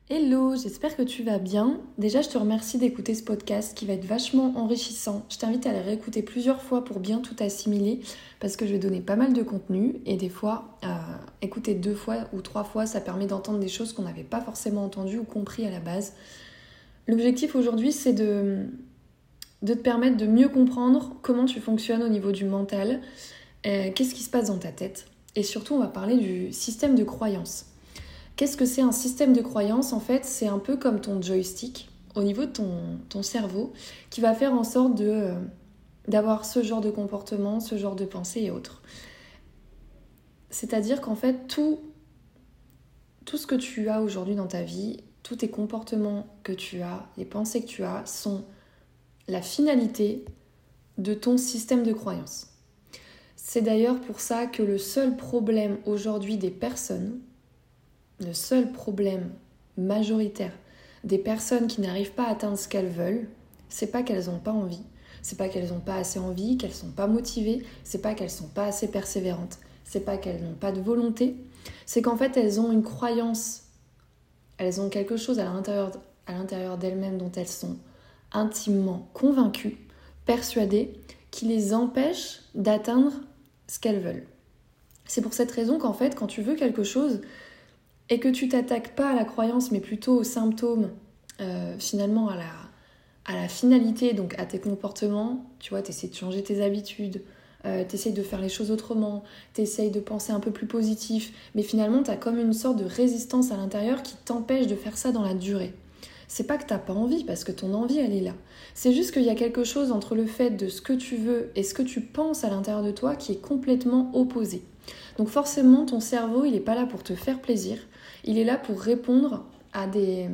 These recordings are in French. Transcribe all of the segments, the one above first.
Hello, j'espère que tu vas bien. Déjà, je te remercie d'écouter ce podcast qui va être vachement enrichissant. Je t'invite à le réécouter plusieurs fois pour bien tout assimiler parce que je vais donner pas mal de contenu et des fois, écouter 2 fois ou 3 fois, ça permet d'entendre des choses qu'on n'avait pas forcément entendues ou compris à la base. L'objectif aujourd'hui, c'est de te permettre de mieux comprendre comment tu fonctionnes au niveau du mental, qu'est-ce qui se passe dans ta tête et surtout, on va parler du système de croyance. Qu'est-ce que c'est un système de croyance? En fait, c'est un peu comme ton joystick au niveau de ton cerveau qui va faire en sorte d'avoir ce genre de comportement, ce genre de pensée et autres. C'est-à-dire qu'en fait, tout ce que tu as aujourd'hui dans ta vie, tous tes comportements que tu as, les pensées que tu as, sont la finalité de ton système de croyance. C'est d'ailleurs pour ça que le seul problème aujourd'hui des personnes, le seul problème majoritaire des personnes qui n'arrivent pas à atteindre ce qu'elles veulent, c'est pas qu'elles n'ont pas envie, c'est pas qu'elles n'ont pas assez envie, qu'elles sont pas motivées, c'est pas qu'elles sont pas assez persévérantes, c'est pas qu'elles n'ont pas de volonté, c'est qu'en fait elles ont une croyance, elles ont quelque chose à l'intérieur d'elles-mêmes dont elles sont intimement convaincues, persuadées, qui les empêche d'atteindre ce qu'elles veulent. C'est pour cette raison qu'en fait, quand tu veux quelque chose, et que tu t'attaques pas à la croyance, mais plutôt aux symptômes, finalement à la finalité, donc à tes comportements, tu vois, t'essaies de changer tes habitudes, t'essayes de faire les choses autrement, t'essayes de penser un peu plus positif, mais finalement t'as comme une sorte de résistance à l'intérieur qui t'empêche de faire ça dans la durée. C'est pas que t'as pas envie, parce que ton envie elle est là. C'est juste qu'il y a quelque chose entre le fait de ce que tu veux et ce que tu penses à l'intérieur de toi qui est complètement opposé. Donc forcément ton cerveau il est pas là pour te faire plaisir, il est là pour répondre à des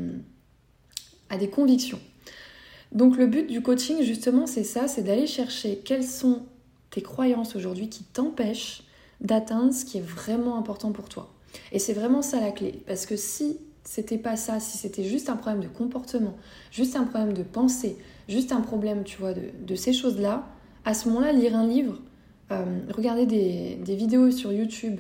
convictions. Donc le but du coaching justement c'est ça, c'est d'aller chercher quelles sont tes croyances aujourd'hui qui t'empêchent d'atteindre ce qui est vraiment important pour toi. Et c'est vraiment ça la clé, parce que si c'était pas ça, si c'était juste un problème de comportement, juste un problème de pensée, juste un problème, tu vois, de ces choses-là, à ce moment-là, lire un livre, regarder des vidéos sur YouTube,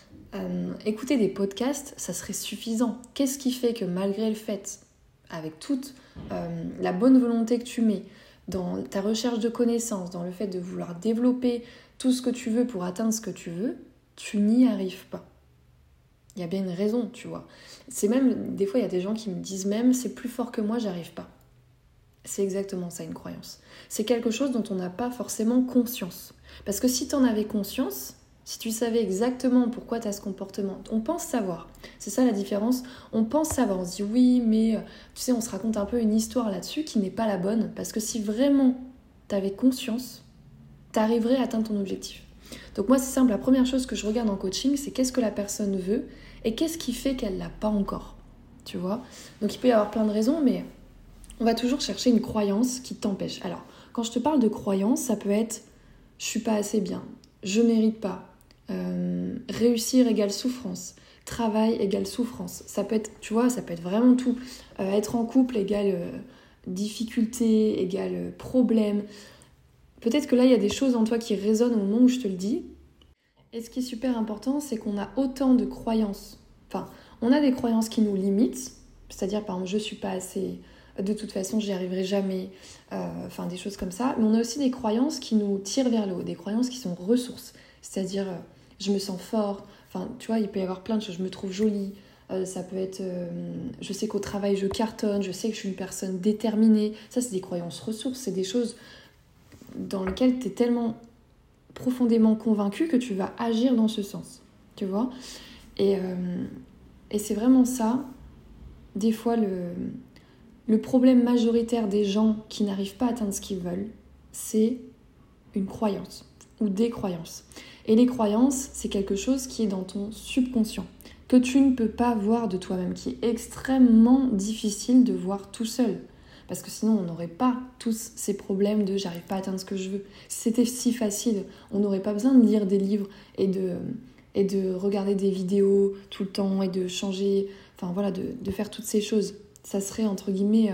écouter des podcasts, ça serait suffisant. Qu'est-ce qui fait que malgré le fait, avec toute la bonne volonté que tu mets dans ta recherche de connaissances, dans le fait de vouloir développer tout ce que tu veux pour atteindre ce que tu veux, tu n'y arrives pas? Il y a bien une raison, tu vois. C'est même, des fois, il y a des gens qui me disent même, c'est plus fort que moi, j'arrive pas. C'est exactement ça, une croyance. C'est quelque chose dont on n'a pas forcément conscience. Parce que si tu en avais conscience, si tu savais exactement pourquoi tu as ce comportement, on pense savoir. C'est ça la différence. On pense savoir. On se dit oui, mais tu sais, on se raconte un peu une histoire là-dessus qui n'est pas la bonne. Parce que si vraiment tu avais conscience, tu arriverais à atteindre ton objectif. Donc moi, c'est simple. La première chose que je regarde en coaching, c'est qu'est-ce que la personne veut et qu'est-ce qui fait qu'elle l'a pas encore. Tu vois ? Donc il peut y avoir plein de raisons, mais on va toujours chercher une croyance qui t'empêche. Alors, quand je te parle de croyance, ça peut être « je suis pas assez bien »,« je mérite pas », réussir égale souffrance, travail égale souffrance. Ça peut être, tu vois, ça peut être vraiment tout. Être en couple égale difficulté, égale problème. Peut-être que là, il y a des choses en toi qui résonnent au moment où je te le dis. Et ce qui est super important, c'est qu'on a autant de croyances. Enfin, on a des croyances qui nous limitent. C'est-à-dire, par exemple, je suis pas assez... De toute façon, j'y arriverai jamais. Enfin, des choses comme ça. Mais on a aussi des croyances qui nous tirent vers le haut. Des croyances qui sont ressources. C'est-à-dire, je me sens fort. Enfin, tu vois, il peut y avoir plein de choses. Je me trouve jolie. Ça peut être... je sais qu'au travail, je cartonne. Je sais que je suis une personne déterminée. Ça, c'est des croyances ressources. C'est des choses dans lesquelles tu es tellement profondément convaincu que tu vas agir dans ce sens. Tu vois ? Et c'est vraiment ça, des fois, le problème majoritaire des gens qui n'arrivent pas à atteindre ce qu'ils veulent, c'est une croyance ou des croyances. Et les croyances, c'est quelque chose qui est dans ton subconscient, que tu ne peux pas voir de toi-même, qui est extrêmement difficile de voir tout seul. Parce que sinon, on n'aurait pas tous ces problèmes de « j'arrive pas à atteindre ce que je veux ». Si c'était si facile, on n'aurait pas besoin de lire des livres et de regarder des vidéos tout le temps et de changer, enfin voilà, de faire toutes ces choses. Ça serait, entre guillemets,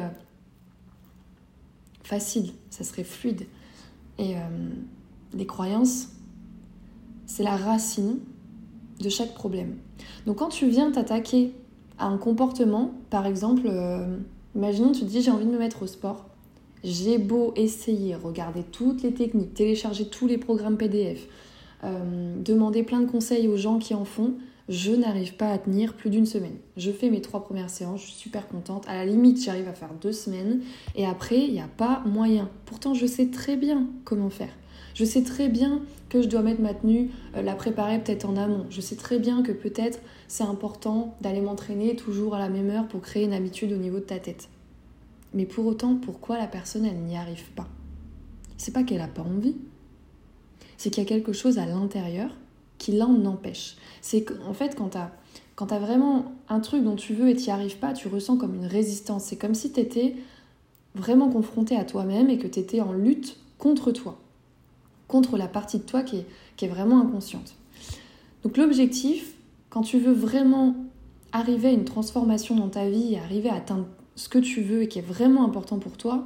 facile, ça serait fluide. Et les croyances, c'est la racine de chaque problème. Donc quand tu viens t'attaquer à un comportement. Par exemple, imaginons tu te dis j'ai envie de me mettre au sport. J'ai beau essayer, regarder toutes les techniques, télécharger tous les programmes PDF, demander plein de conseils aux gens qui en font, je n'arrive pas à tenir plus d'une semaine. Je fais mes 3 premières séances, je suis super contente. À la limite, j'arrive à faire 2 semaines. Et après, il n'y a pas moyen. Pourtant, je sais très bien comment faire. Je sais très bien que je dois mettre ma tenue, la préparer peut-être en amont. Je sais très bien que peut-être c'est important d'aller m'entraîner toujours à la même heure pour créer une habitude au niveau de ta tête. Mais pour autant, pourquoi la personne, elle n'y arrive pas ? C'est pas qu'elle n'a pas envie. C'est qu'il y a quelque chose à l'intérieur qui l'en empêche. C'est qu'en fait, quand t'as vraiment un truc dont tu veux et t'y arrives pas, tu ressens comme une résistance. C'est comme si t'étais vraiment confronté à toi-même et que t'étais en lutte contre toi, contre la partie de toi qui est vraiment inconsciente. Donc l'objectif, quand tu veux vraiment arriver à une transformation dans ta vie et arriver à atteindre ce que tu veux et qui est vraiment important pour toi,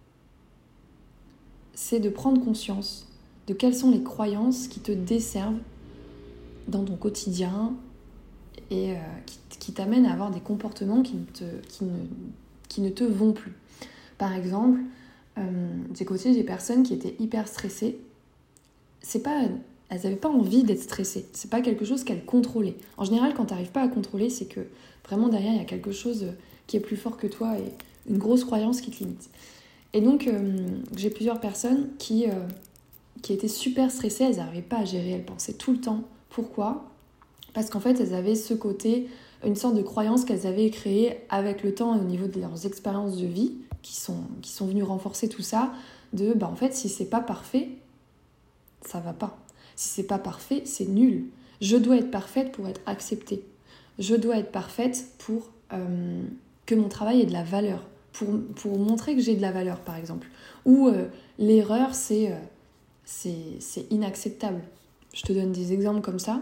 c'est de prendre conscience de quelles sont les croyances qui te desservent dans ton quotidien et qui t'amènent à avoir des comportements qui ne te vont plus. Par exemple, j'ai côtoyé des personnes qui étaient hyper stressées. Elles n'avaient pas envie d'être stressées. C'est pas quelque chose qu'elles contrôlaient. En général, quand tu n'arrives pas à contrôler, c'est que vraiment derrière, il y a quelque chose qui est plus fort que toi et une grosse croyance qui te limite. Et donc, j'ai plusieurs personnes qui étaient super stressées. Elles n'arrivaient pas à gérer. Elles pensaient tout le temps. Pourquoi ? Parce qu'en fait, elles avaient ce côté, une sorte de croyance qu'elles avaient créée avec le temps et au niveau de leurs expériences de vie, qui sont venues renforcer tout ça, en fait, si c'est pas parfait, ça va pas. Si c'est pas parfait, c'est nul. Je dois être parfaite pour être acceptée. Je dois être parfaite pour que mon travail ait de la valeur, pour montrer que j'ai de la valeur, par exemple. Ou l'erreur, c'est inacceptable. Je te donne des exemples comme ça.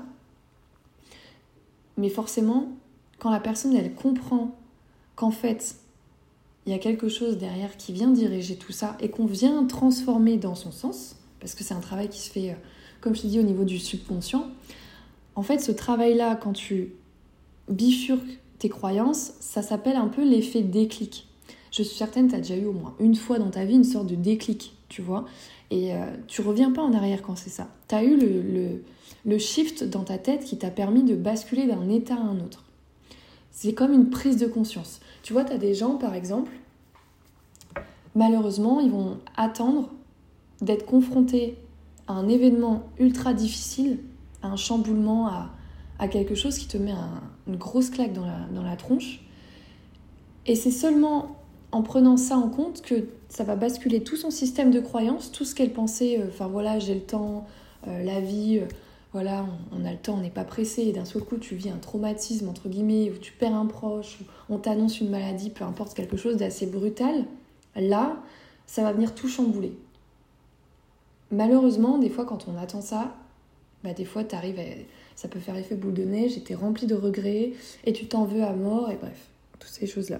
Mais forcément, quand la personne, elle comprend qu'en fait, il y a quelque chose derrière qui vient diriger tout ça et qu'on vient transformer dans son sens, parce que c'est un travail qui se fait, comme je te dis, au niveau du subconscient. En fait, ce travail-là, quand tu bifurques tes croyances, ça s'appelle un peu l'effet déclic. Je suis certaine que tu as déjà eu au moins une fois dans ta vie une sorte de déclic, tu vois. Et tu reviens pas en arrière quand c'est ça. Tu as eu le shift dans ta tête qui t'a permis de basculer d'un état à un autre. C'est comme une prise de conscience. Tu vois, tu as des gens, par exemple, malheureusement, ils vont attendre d'être confrontés à un événement ultra difficile, à un chamboulement, à quelque chose qui te met une grosse claque dans la tronche. Et c'est seulement en prenant ça en compte que ça va basculer tout son système de croyances, tout ce qu'elle pensait, j'ai le temps, la vie, on a le temps, on n'est pas pressé, et d'un seul coup tu vis un traumatisme, entre guillemets, où tu perds un proche, où on t'annonce une maladie, peu importe, quelque chose d'assez brutal, là, ça va venir tout chambouler. Malheureusement, des fois quand on attend ça, des fois ça peut faire effet boule de neige, et t'es rempli de regrets, et tu t'en veux à mort, et bref, toutes ces choses-là.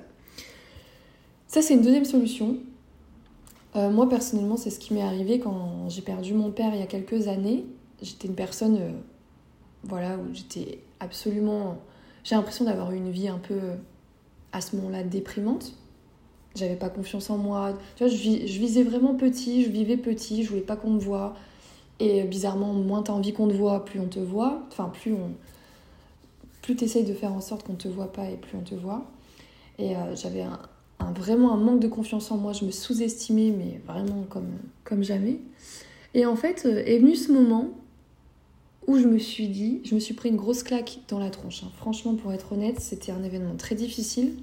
Ça, c'est une deuxième solution. Moi, personnellement, c'est ce qui m'est arrivé quand j'ai perdu mon père il y a quelques années. J'étais une personne où j'étais absolument... J'ai l'impression d'avoir eu une vie un peu, à ce moment-là, déprimante. J'avais pas confiance en moi. Tu vois, je visais vraiment petit, je vivais petit, je voulais pas qu'on me voie. Et bizarrement, moins t'as envie qu'on te voie, plus on te voit. Enfin, plus t'essayes de faire en sorte qu'on te voit pas et plus on te voit. Et j'avais vraiment un manque de confiance en moi. Je me sous-estimais, mais vraiment comme jamais. Et en fait, est venu ce moment où je me suis pris une grosse claque dans la tronche. Franchement, pour être honnête, c'était un événement très difficile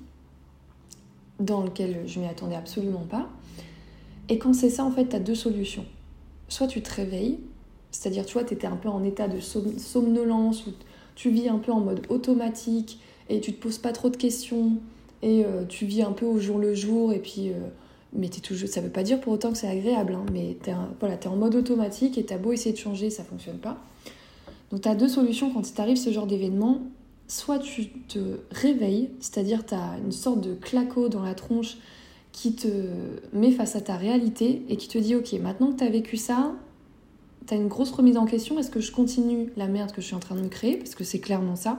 dans lequel je m'y attendais absolument pas. Et quand c'est ça, en fait, t'as 2 solutions. Soit tu te réveilles, c'est-à-dire, tu vois, t'étais un peu en état de somnolence, où tu vis un peu en mode automatique et tu te poses pas trop de questions et tu vis un peu au jour le jour et puis... mais ça veut pas dire pour autant que c'est agréable, hein, mais t'es en mode automatique et t'as beau essayer de changer, ça fonctionne pas. Donc t'as 2 solutions quand il t'arrive ce genre d'événement. Soit tu te réveilles, c'est-à-dire t'as une sorte de claquot dans la tronche qui te met face à ta réalité et qui te dit « Ok, maintenant que t'as vécu ça, t'as une grosse remise en question. Est-ce que je continue la merde que je suis en train de me créer ?» Parce que c'est clairement ça.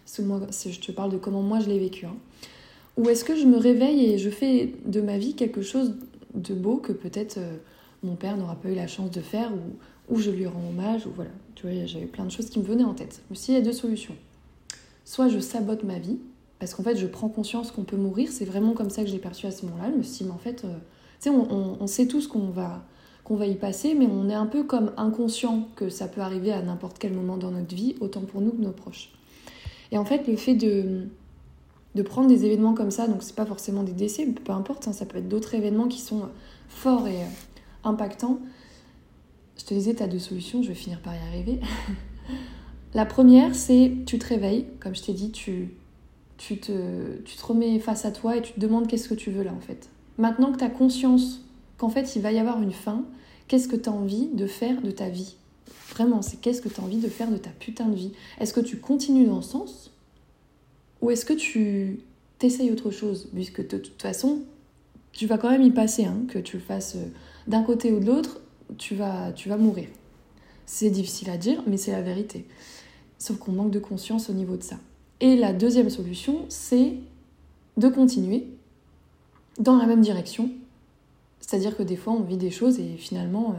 Je te parle de comment moi je l'ai vécu. Hein. Ou est-ce que je me réveille et je fais de ma vie quelque chose de beau que peut-être mon père n'aura pas eu la chance de faire ou je lui rends hommage, ou voilà. Tu vois, j'avais plein de choses qui me venaient en tête. Mais s'il y a 2 solutions. Soit je sabote ma vie, parce qu'en fait je prends conscience qu'on peut mourir, c'est vraiment comme ça que je l'ai perçu à ce moment-là. Je me suis dit, mais en fait, tu sais, on sait tous qu'on va y passer, mais on est un peu comme inconscient que ça peut arriver à n'importe quel moment dans notre vie, autant pour nous que nos proches. Et en fait, le fait de prendre des événements comme ça, donc c'est pas forcément des décès, peu importe, hein, ça peut être d'autres événements qui sont forts et impactants. Je te disais, tu as 2 solutions, je vais finir par y arriver. La première, c'est tu te réveilles, comme je t'ai dit, tu te remets face à toi et tu te demandes qu'est-ce que tu veux là en fait. Maintenant que tu as conscience qu'en fait il va y avoir une fin, qu'est-ce que tu as envie de faire de ta vie ? Vraiment, c'est qu'est-ce que tu as envie de faire de ta putain de vie ? Est-ce que tu continues dans ce sens ? Ou est-ce que tu t'essayes autre chose ? Puisque de toute façon, tu vas quand même y passer, hein, que tu le fasses d'un côté ou de l'autre, tu vas mourir. C'est difficile à dire, mais c'est la vérité. Sauf qu'on manque de conscience au niveau de ça. Et la deuxième solution, c'est de continuer dans la même direction. C'est-à-dire que des fois, on vit des choses et finalement,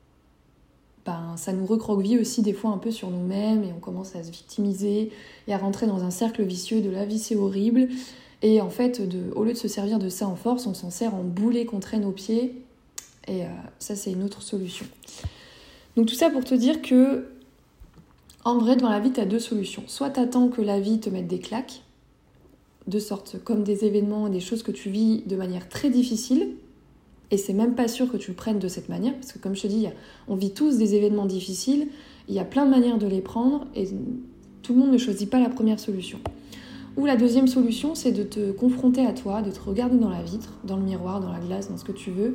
ça nous recroqueville aussi des fois un peu sur nous-mêmes et on commence à se victimiser et à rentrer dans un cercle vicieux de la vie, c'est horrible. Et en fait, au lieu de se servir de ça en force, on s'en sert en boulet qu'on traîne aux pieds. Et ça, c'est une autre solution. Donc tout ça pour te dire que, en vrai, dans la vie, tu as 2 solutions. Soit tu attends que la vie te mette des claques, de sorte comme des événements, des choses que tu vis de manière très difficile, et c'est même pas sûr que tu le prennes de cette manière, parce que comme je te dis, on vit tous des événements difficiles, il y a plein de manières de les prendre, et tout le monde ne choisit pas la première solution. Ou la deuxième solution, c'est de te confronter à toi, de te regarder dans la vitre, dans le miroir, dans la glace, dans ce que tu veux,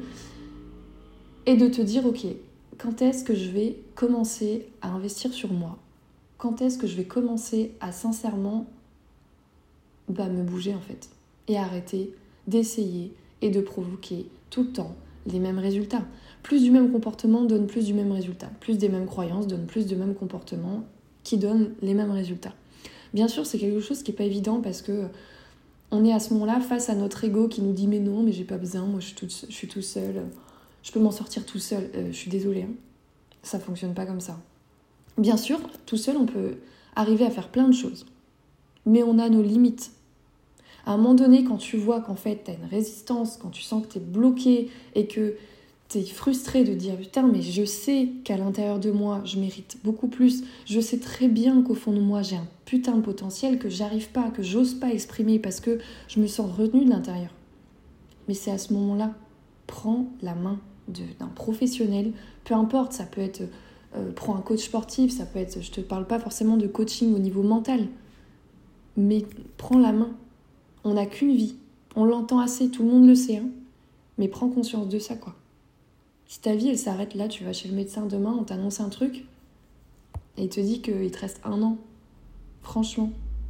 et de te dire, ok, quand est-ce que je vais commencer à investir sur moi ? Quand est-ce que je vais commencer à sincèrement me bouger en fait ? Et arrêter d'essayer et de provoquer tout le temps les mêmes résultats. Plus du même comportement donne plus du même résultat. Plus des mêmes croyances donne plus du même comportement qui donne les mêmes résultats. Bien sûr, c'est quelque chose qui n'est pas évident parce que on est à ce moment-là face à notre ego qui nous dit « mais non, mais j'ai pas besoin, moi je suis tout seul, je peux m'en sortir tout seul. » Je suis désolée, hein. Ça fonctionne pas comme ça. Bien sûr, tout seul, on peut arriver à faire plein de choses. Mais on a nos limites. À un moment donné, quand tu vois qu'en fait, tu as une résistance, quand tu sens que tu es bloqué et que tu es frustré de dire « putain, mais je sais qu'à l'intérieur de moi, je mérite beaucoup plus. Je sais très bien qu'au fond de moi, j'ai un putain de potentiel que j'arrive pas, que j'ose pas exprimer parce que je me sens retenue de l'intérieur. » Mais c'est à ce moment-là, prends la main d'un professionnel, peu importe, ça peut être prends un coach sportif, ça peut être, je te parle pas forcément de coaching au niveau mental, mais prends la main. On n'a qu'une vie, on l'entend assez, tout le monde le sait, hein, mais prends conscience de ça, quoi. Si ta vie elle s'arrête là, tu vas chez le médecin demain, on t'annonce un truc et il te dit qu'il te reste 1 an, franchement.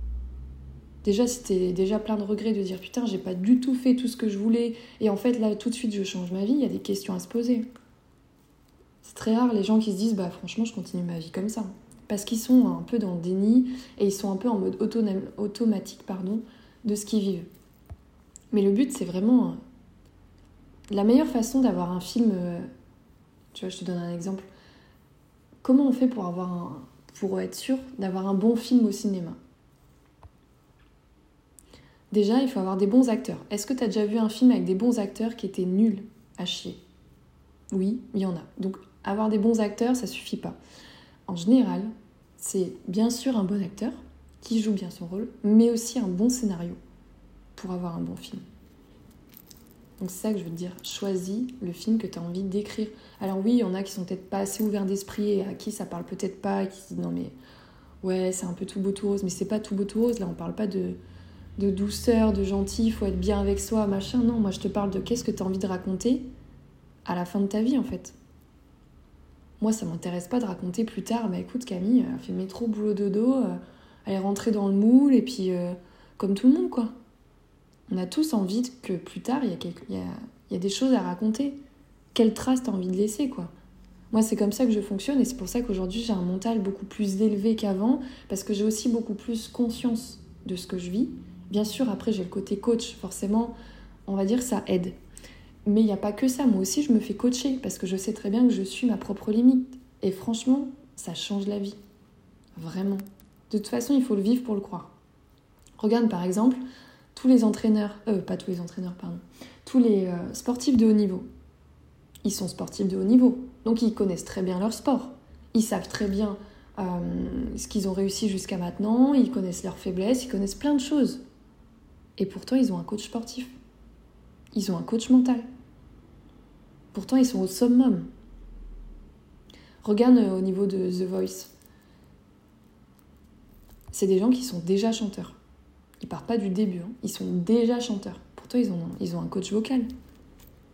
Déjà, si t'es déjà plein de regrets de dire putain, j'ai pas du tout fait tout ce que je voulais et en fait là tout de suite je change ma vie, il y a des questions à se poser. C'est très rare les gens qui se disent franchement je continue ma vie comme ça. Parce qu'ils sont un peu dans le déni et ils sont un peu en mode automatique de ce qu'ils vivent. Mais le but c'est vraiment la meilleure façon d'avoir un film. Tu vois, je te donne un exemple. Comment on fait pour être sûr d'avoir un bon film au cinéma ? Déjà, il faut avoir des bons acteurs. Est-ce que tu as déjà vu un film avec des bons acteurs qui étaient nuls à chier ? Oui, il y en a. Donc, avoir des bons acteurs, ça suffit pas. En général, c'est bien sûr un bon acteur qui joue bien son rôle, mais aussi un bon scénario pour avoir un bon film. Donc c'est ça que je veux te dire. Choisis le film que tu as envie d'écrire. Alors oui, il y en a qui sont peut-être pas assez ouverts d'esprit et à qui ça parle peut-être pas, et qui se disent non mais ouais, c'est un peu tout beau tout rose. Mais c'est pas tout beau tout rose, là on parle pas de douceur, de gentil, il faut être bien avec soi, machin. Non, moi je te parle de qu'est-ce que tu as envie de raconter à la fin de ta vie en fait. Moi ça m'intéresse pas de raconter plus tard, écoute Camille, elle a fait métro, boulot, dodo, elle est rentrée dans le moule et puis comme tout le monde quoi. On a tous envie que plus tard il y a des choses à raconter. Quelle trace t'as envie de laisser quoi. Moi, c'est comme ça que je fonctionne et c'est pour ça qu'aujourd'hui, j'ai un mental beaucoup plus élevé qu'avant parce que j'ai aussi beaucoup plus conscience de ce que je vis. Bien sûr, après, j'ai le côté coach, forcément, on va dire ça aide. Mais il n'y a pas que ça, moi aussi, je me fais coacher parce que je sais très bien que je suis ma propre limite. Et franchement, ça change la vie. Vraiment. De toute façon, il faut le vivre pour le croire. Regarde, par exemple, tous les entraîneurs, pas tous les entraîneurs, pardon, tous les sportifs de haut niveau. Ils sont sportifs de haut niveau, donc ils connaissent très bien leur sport. Ils savent très bien ce qu'ils ont réussi jusqu'à maintenant, ils connaissent leurs faiblesses, ils connaissent plein de choses. Et pourtant, ils ont un coach sportif. Ils ont un coach mental. Pourtant, ils sont au summum. Regarde au niveau de The Voice. C'est des gens qui sont déjà chanteurs. Ils partent pas du début, hein. Ils sont déjà chanteurs. Pourtant, ils ont un coach vocal. Pourquoi ?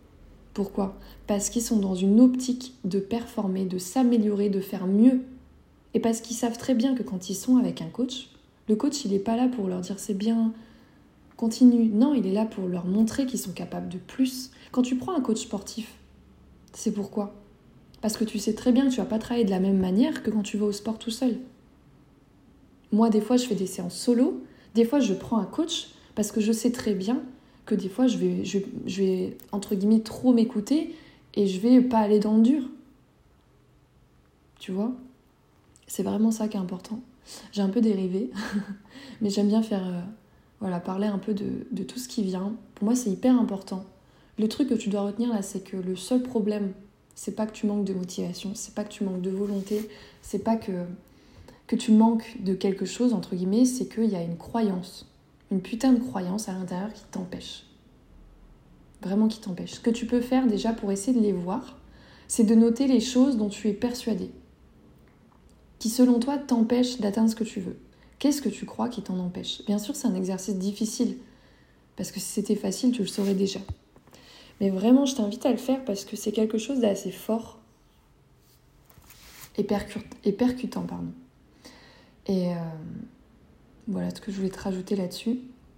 Parce qu'ils sont dans une optique de performer, de s'améliorer, de faire mieux. Et parce qu'ils savent très bien que quand ils sont avec un coach, le coach, il n'est pas là pour leur dire c'est bien, continue. Non, il est là pour leur montrer qu'ils sont capables de plus. Quand tu prends un coach sportif, c'est pourquoi ? Parce que tu sais très bien que tu vas pas travailler de la même manière que quand tu vas au sport tout seul. Moi, des fois, je fais des séances solo. Des fois, je prends un coach parce que je sais très bien que des fois, je vais entre guillemets, trop m'écouter et je vais pas aller dans le dur. Tu vois ? C'est vraiment ça qui est important. J'ai un peu dérivé, mais j'aime bien faire, parler un peu de tout ce qui vient. Pour moi, c'est hyper important. Le truc que tu dois retenir là, c'est que le seul problème, c'est pas que tu manques de motivation, c'est pas que tu manques de volonté, c'est pas que tu manques de quelque chose, entre guillemets, c'est qu'il y a une croyance, une putain de croyance à l'intérieur qui t'empêche. Vraiment qui t'empêche. Ce que tu peux faire déjà pour essayer de les voir, c'est de noter les choses dont tu es persuadé, qui selon toi t'empêchent d'atteindre ce que tu veux. Qu'est-ce que tu crois qui t'en empêche ? Bien sûr, c'est un exercice difficile, parce que si c'était facile, tu le saurais déjà. Mais vraiment, je t'invite à le faire parce que c'est quelque chose d'assez fort et percutant, pardon. Et voilà ce que je voulais te rajouter là-dessus.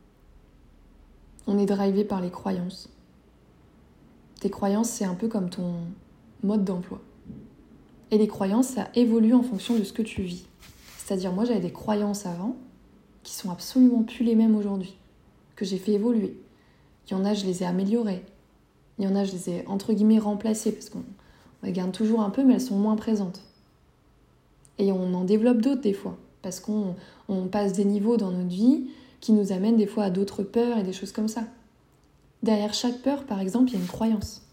On est drivé par les croyances. Tes croyances, c'est un peu comme ton mode d'emploi. Et les croyances, ça évolue en fonction de ce que tu vis. C'est-à-dire, moi, j'avais des croyances avant qui sont absolument plus les mêmes aujourd'hui, que j'ai fait évoluer. Il y en a, je les ai améliorées. Il y en a, je les ai, entre guillemets, remplacées, parce qu'on les garde toujours un peu, mais elles sont moins présentes. Et on en développe d'autres, des fois, parce qu'on passe des niveaux dans notre vie qui nous amènent des fois à d'autres peurs et des choses comme ça. Derrière chaque peur, par exemple, il y a une croyance.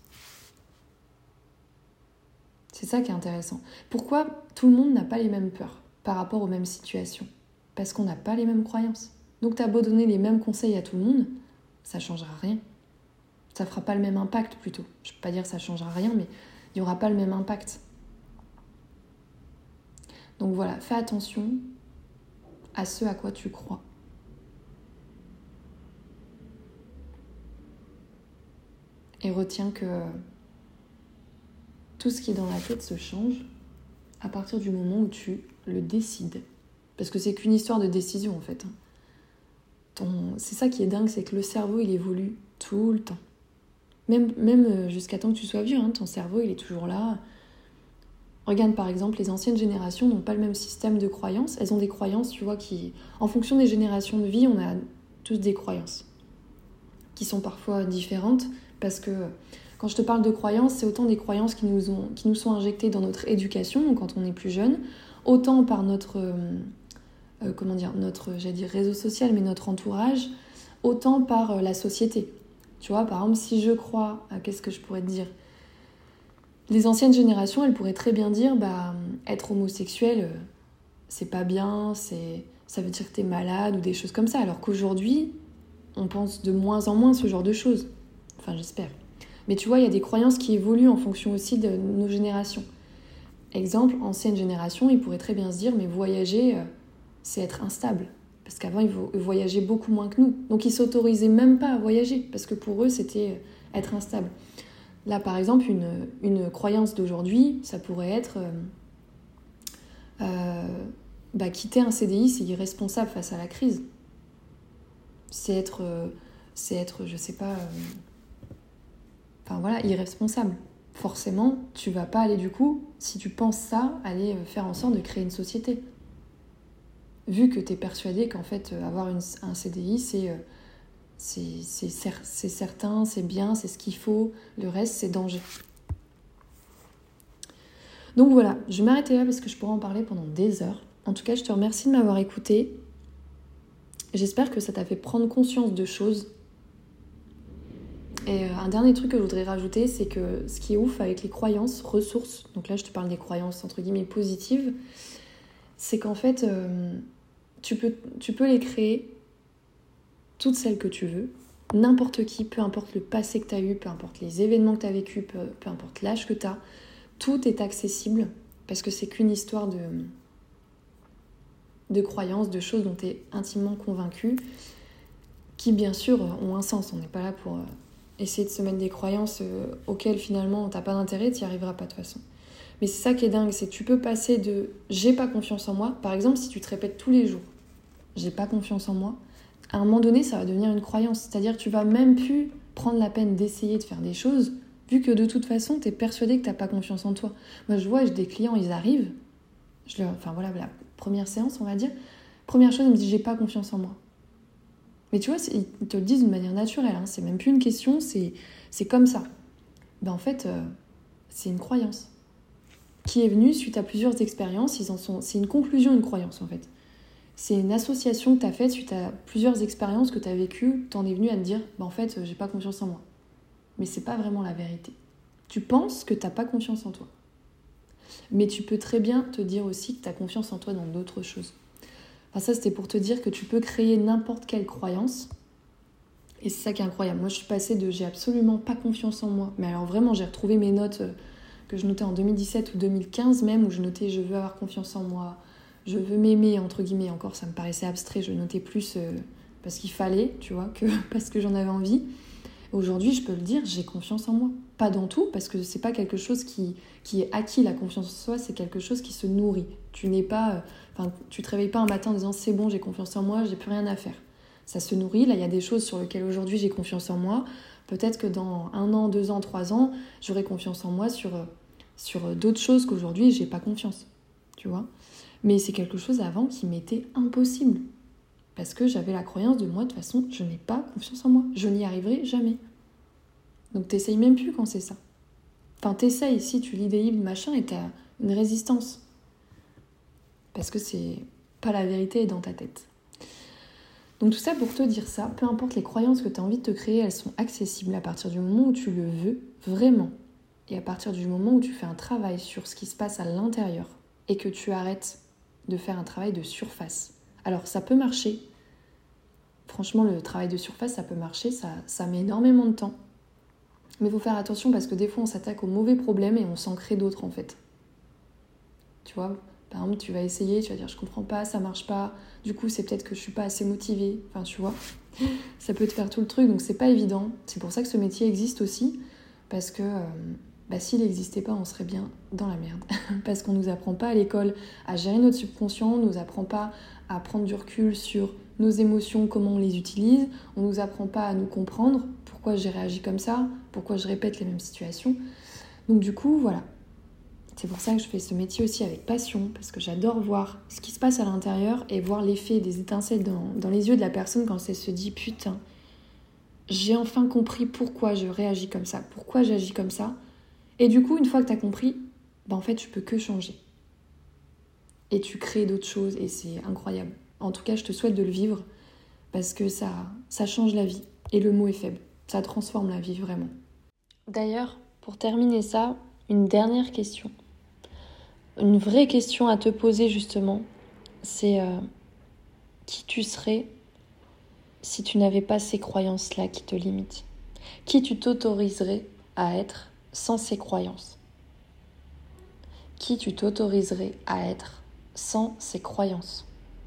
C'est ça qui est intéressant. Pourquoi tout le monde n'a pas les mêmes peurs par rapport aux mêmes situations ? Parce qu'on n'a pas les mêmes croyances. Donc t'as beau donner les mêmes conseils à tout le monde, ça ne changera rien. Ça ne fera pas le même impact plutôt. Je ne peux pas dire que ça ne changera rien, mais il n'y aura pas le même impact. Donc voilà, fais attention à ce à quoi tu crois. Et retiens que tout ce qui est dans la tête se change à partir du moment où tu le décides. Parce que c'est qu'une histoire de décision en fait. C'est ça qui est dingue, c'est que le cerveau il évolue tout le temps. Même jusqu'à temps que tu sois vieux, ton cerveau il est toujours là. Regarde par exemple, les anciennes générations n'ont pas le même système de croyances. Elles ont des croyances, tu vois, qui... En fonction des générations de vie, on a tous des croyances qui sont parfois différentes parce que quand je te parle de croyances, c'est autant des croyances qui nous sont injectées dans notre éducation, donc quand on est plus jeune, autant par notre réseau social, mais notre entourage, autant par la société. Tu vois, par exemple, si je crois à... Qu'est-ce que je pourrais te dire ? Les anciennes générations, elles pourraient très bien dire être homosexuel, c'est pas bien, ça veut dire que t'es malade ou des choses comme ça. Alors qu'aujourd'hui, on pense de moins en moins ce genre de choses. Enfin, j'espère. Mais tu vois, il y a des croyances qui évoluent en fonction aussi de nos générations. Exemple, ancienne génération, ils pourraient très bien se dire mais voyager, c'est être instable. Parce qu'avant, ils voyageaient beaucoup moins que nous. Donc, ils s'autorisaient même pas à voyager. Parce que pour eux, c'était être instable. Là, par exemple, une croyance d'aujourd'hui, ça pourrait être quitter un CDI, c'est irresponsable face à la crise. C'est être je sais pas... irresponsable. forcément, tu vas pas aller du coup, si tu penses ça, aller faire en sorte de créer une société. Vu que tu es persuadé qu'en fait, avoir un CDI, c'est certain, c'est bien, c'est ce qu'il faut, le reste, c'est danger. Donc voilà, je vais m'arrêter là parce que je pourrais en parler pendant des heures. En tout cas, je te remercie de m'avoir écouté. J'espère que ça t'a fait prendre conscience de choses. Et un dernier truc que je voudrais rajouter, c'est que ce qui est ouf avec les croyances, ressources, donc là je te parle des croyances entre guillemets positives, c'est qu'en fait, tu peux les créer, toutes celles que tu veux, n'importe qui, peu importe le passé que tu as eu, peu importe les événements que tu as vécu, peu importe l'âge que tu as, tout est accessible parce que c'est qu'une histoire de croyances, de choses dont tu es intimement convaincu, qui bien sûr ont un sens. On n'est pas là pour essayer de se mettre des croyances auxquelles finalement t'as pas d'intérêt, t'y arriveras pas de toute façon. Mais c'est ça qui est dingue, c'est que tu peux passer de j'ai pas confiance en moi, par exemple si tu te répètes tous les jours j'ai pas confiance en moi, à un moment donné ça va devenir une croyance, c'est-à-dire que tu vas même plus prendre la peine d'essayer de faire des choses vu que de toute façon t'es persuadé que t'as pas confiance en toi. Moi je vois, j'ai des clients, ils arrivent, enfin voilà, la première séance on va dire, première chose ils me disent j'ai pas confiance en moi. Mais tu vois, ils te le disent d'une manière naturelle, hein. C'est même plus une question, c'est comme ça. Ben en fait, c'est une croyance qui est venue suite à plusieurs expériences. C'est une conclusion, une croyance en fait. C'est une association que tu as faite suite à plusieurs expériences que tu as vécues. Tu en es venu à te dire, ben en fait, j'ai pas confiance en moi. Mais c'est pas vraiment la vérité. Tu penses que t'as pas confiance en toi. Mais tu peux très bien te dire aussi que tu as confiance en toi dans d'autres choses. Enfin, ça, c'était pour te dire que tu peux créer n'importe quelle croyance. Et c'est ça qui est incroyable. Moi, je suis passée de j'ai absolument pas confiance en moi. Mais alors vraiment, j'ai retrouvé mes notes que je notais en 2017 ou 2015 même, où je notais je veux avoir confiance en moi, je veux m'aimer, entre guillemets. Encore, ça me paraissait abstrait. Je notais plus parce qu'il fallait, tu vois, que parce que j'en avais envie. Aujourd'hui, je peux le dire, j'ai confiance en moi. Pas dans tout, parce que c'est pas quelque chose qui est acquis. La confiance en soi, c'est quelque chose qui se nourrit. Tu te réveilles pas un matin en disant c'est bon, j'ai confiance en moi, j'ai plus rien à faire. Ça se nourrit. Là, il y a des choses sur lesquelles aujourd'hui j'ai confiance en moi. Peut-être que dans 1 an, 2 ans, 3 ans, j'aurai confiance en moi sur d'autres choses qu'aujourd'hui j'ai pas confiance. Tu vois ? Mais c'est quelque chose avant qui m'était impossible. Parce que j'avais la croyance de moi, de toute façon, je n'ai pas confiance en moi. Je n'y arriverai jamais. Donc t'essayes même plus quand c'est ça. Enfin, t'essayes, si tu lis des livres, machin, et t'as une résistance. Parce que c'est pas la vérité dans ta tête. Donc tout ça pour te dire ça, peu importe les croyances que tu as envie de te créer, elles sont accessibles à partir du moment où tu le veux, vraiment. Et à partir du moment où tu fais un travail sur ce qui se passe à l'intérieur et que tu arrêtes de faire un travail de surface. Alors ça peut marcher. Franchement, le travail de surface, ça peut marcher, ça met énormément de temps. Mais il faut faire attention parce que des fois, on s'attaque aux mauvais problèmes et on s'en crée d'autres en fait. Tu vois, par exemple, tu vas essayer, tu vas dire je comprends pas, ça marche pas, du coup c'est peut-être que je suis pas assez motivée, enfin tu vois, ça peut te faire tout le truc, donc c'est pas évident. C'est pour ça que ce métier existe aussi, parce que s'il n'existait pas, on serait bien dans la merde. Parce qu'on nous apprend pas à l'école à gérer notre subconscient, on nous apprend pas à prendre du recul sur nos émotions, comment on les utilise, on nous apprend pas à nous comprendre, pourquoi j'ai réagi comme ça, pourquoi je répète les mêmes situations. Donc du coup, voilà. C'est pour ça que je fais ce métier aussi avec passion, parce que j'adore voir ce qui se passe à l'intérieur et voir l'effet des étincelles dans les yeux de la personne quand elle se dit « Putain, j'ai enfin compris pourquoi je réagis comme ça, pourquoi j'agis comme ça. » Et du coup, une fois que tu as compris, en fait, tu peux que changer. Et tu crées d'autres choses et c'est incroyable. En tout cas, je te souhaite de le vivre parce que ça change la vie. Et le mot est faible. Ça transforme la vie, vraiment. D'ailleurs, pour terminer ça, une dernière question. Une vraie question à te poser justement, c'est qui tu serais si tu n'avais pas ces croyances-là qui te limitent ? Qui tu t'autoriserais à être sans ces croyances ? Qui tu t'autoriserais à être sans ces croyances ?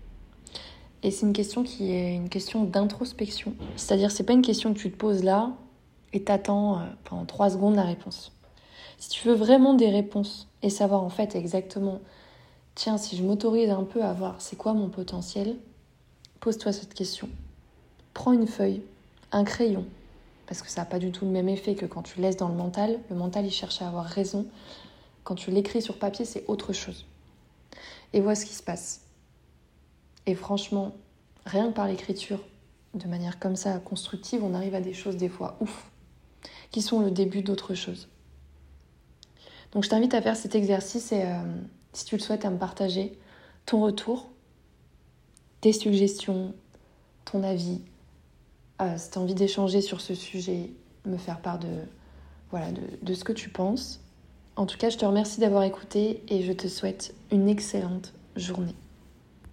Et c'est une question qui est une question d'introspection. C'est-à-dire, c'est pas une question que tu te poses là et t'attends pendant 3 secondes la réponse. Si tu veux vraiment des réponses et savoir en fait exactement, tiens, si je m'autorise un peu à voir c'est quoi mon potentiel, pose-toi cette question. Prends une feuille, un crayon, parce que ça n'a pas du tout le même effet que quand tu laisses dans le mental. Le mental, il cherche à avoir raison. Quand tu l'écris sur papier, c'est autre chose. Et vois ce qui se passe. Et franchement, rien que par l'écriture, de manière comme ça, constructive, on arrive à des choses des fois ouf, qui sont le début d'autre chose. Donc je t'invite à faire cet exercice et si tu le souhaites, à me partager ton retour, tes suggestions, ton avis. Si tu as envie d'échanger sur ce sujet, me faire part de ce que tu penses. En tout cas, je te remercie d'avoir écouté et je te souhaite une excellente journée.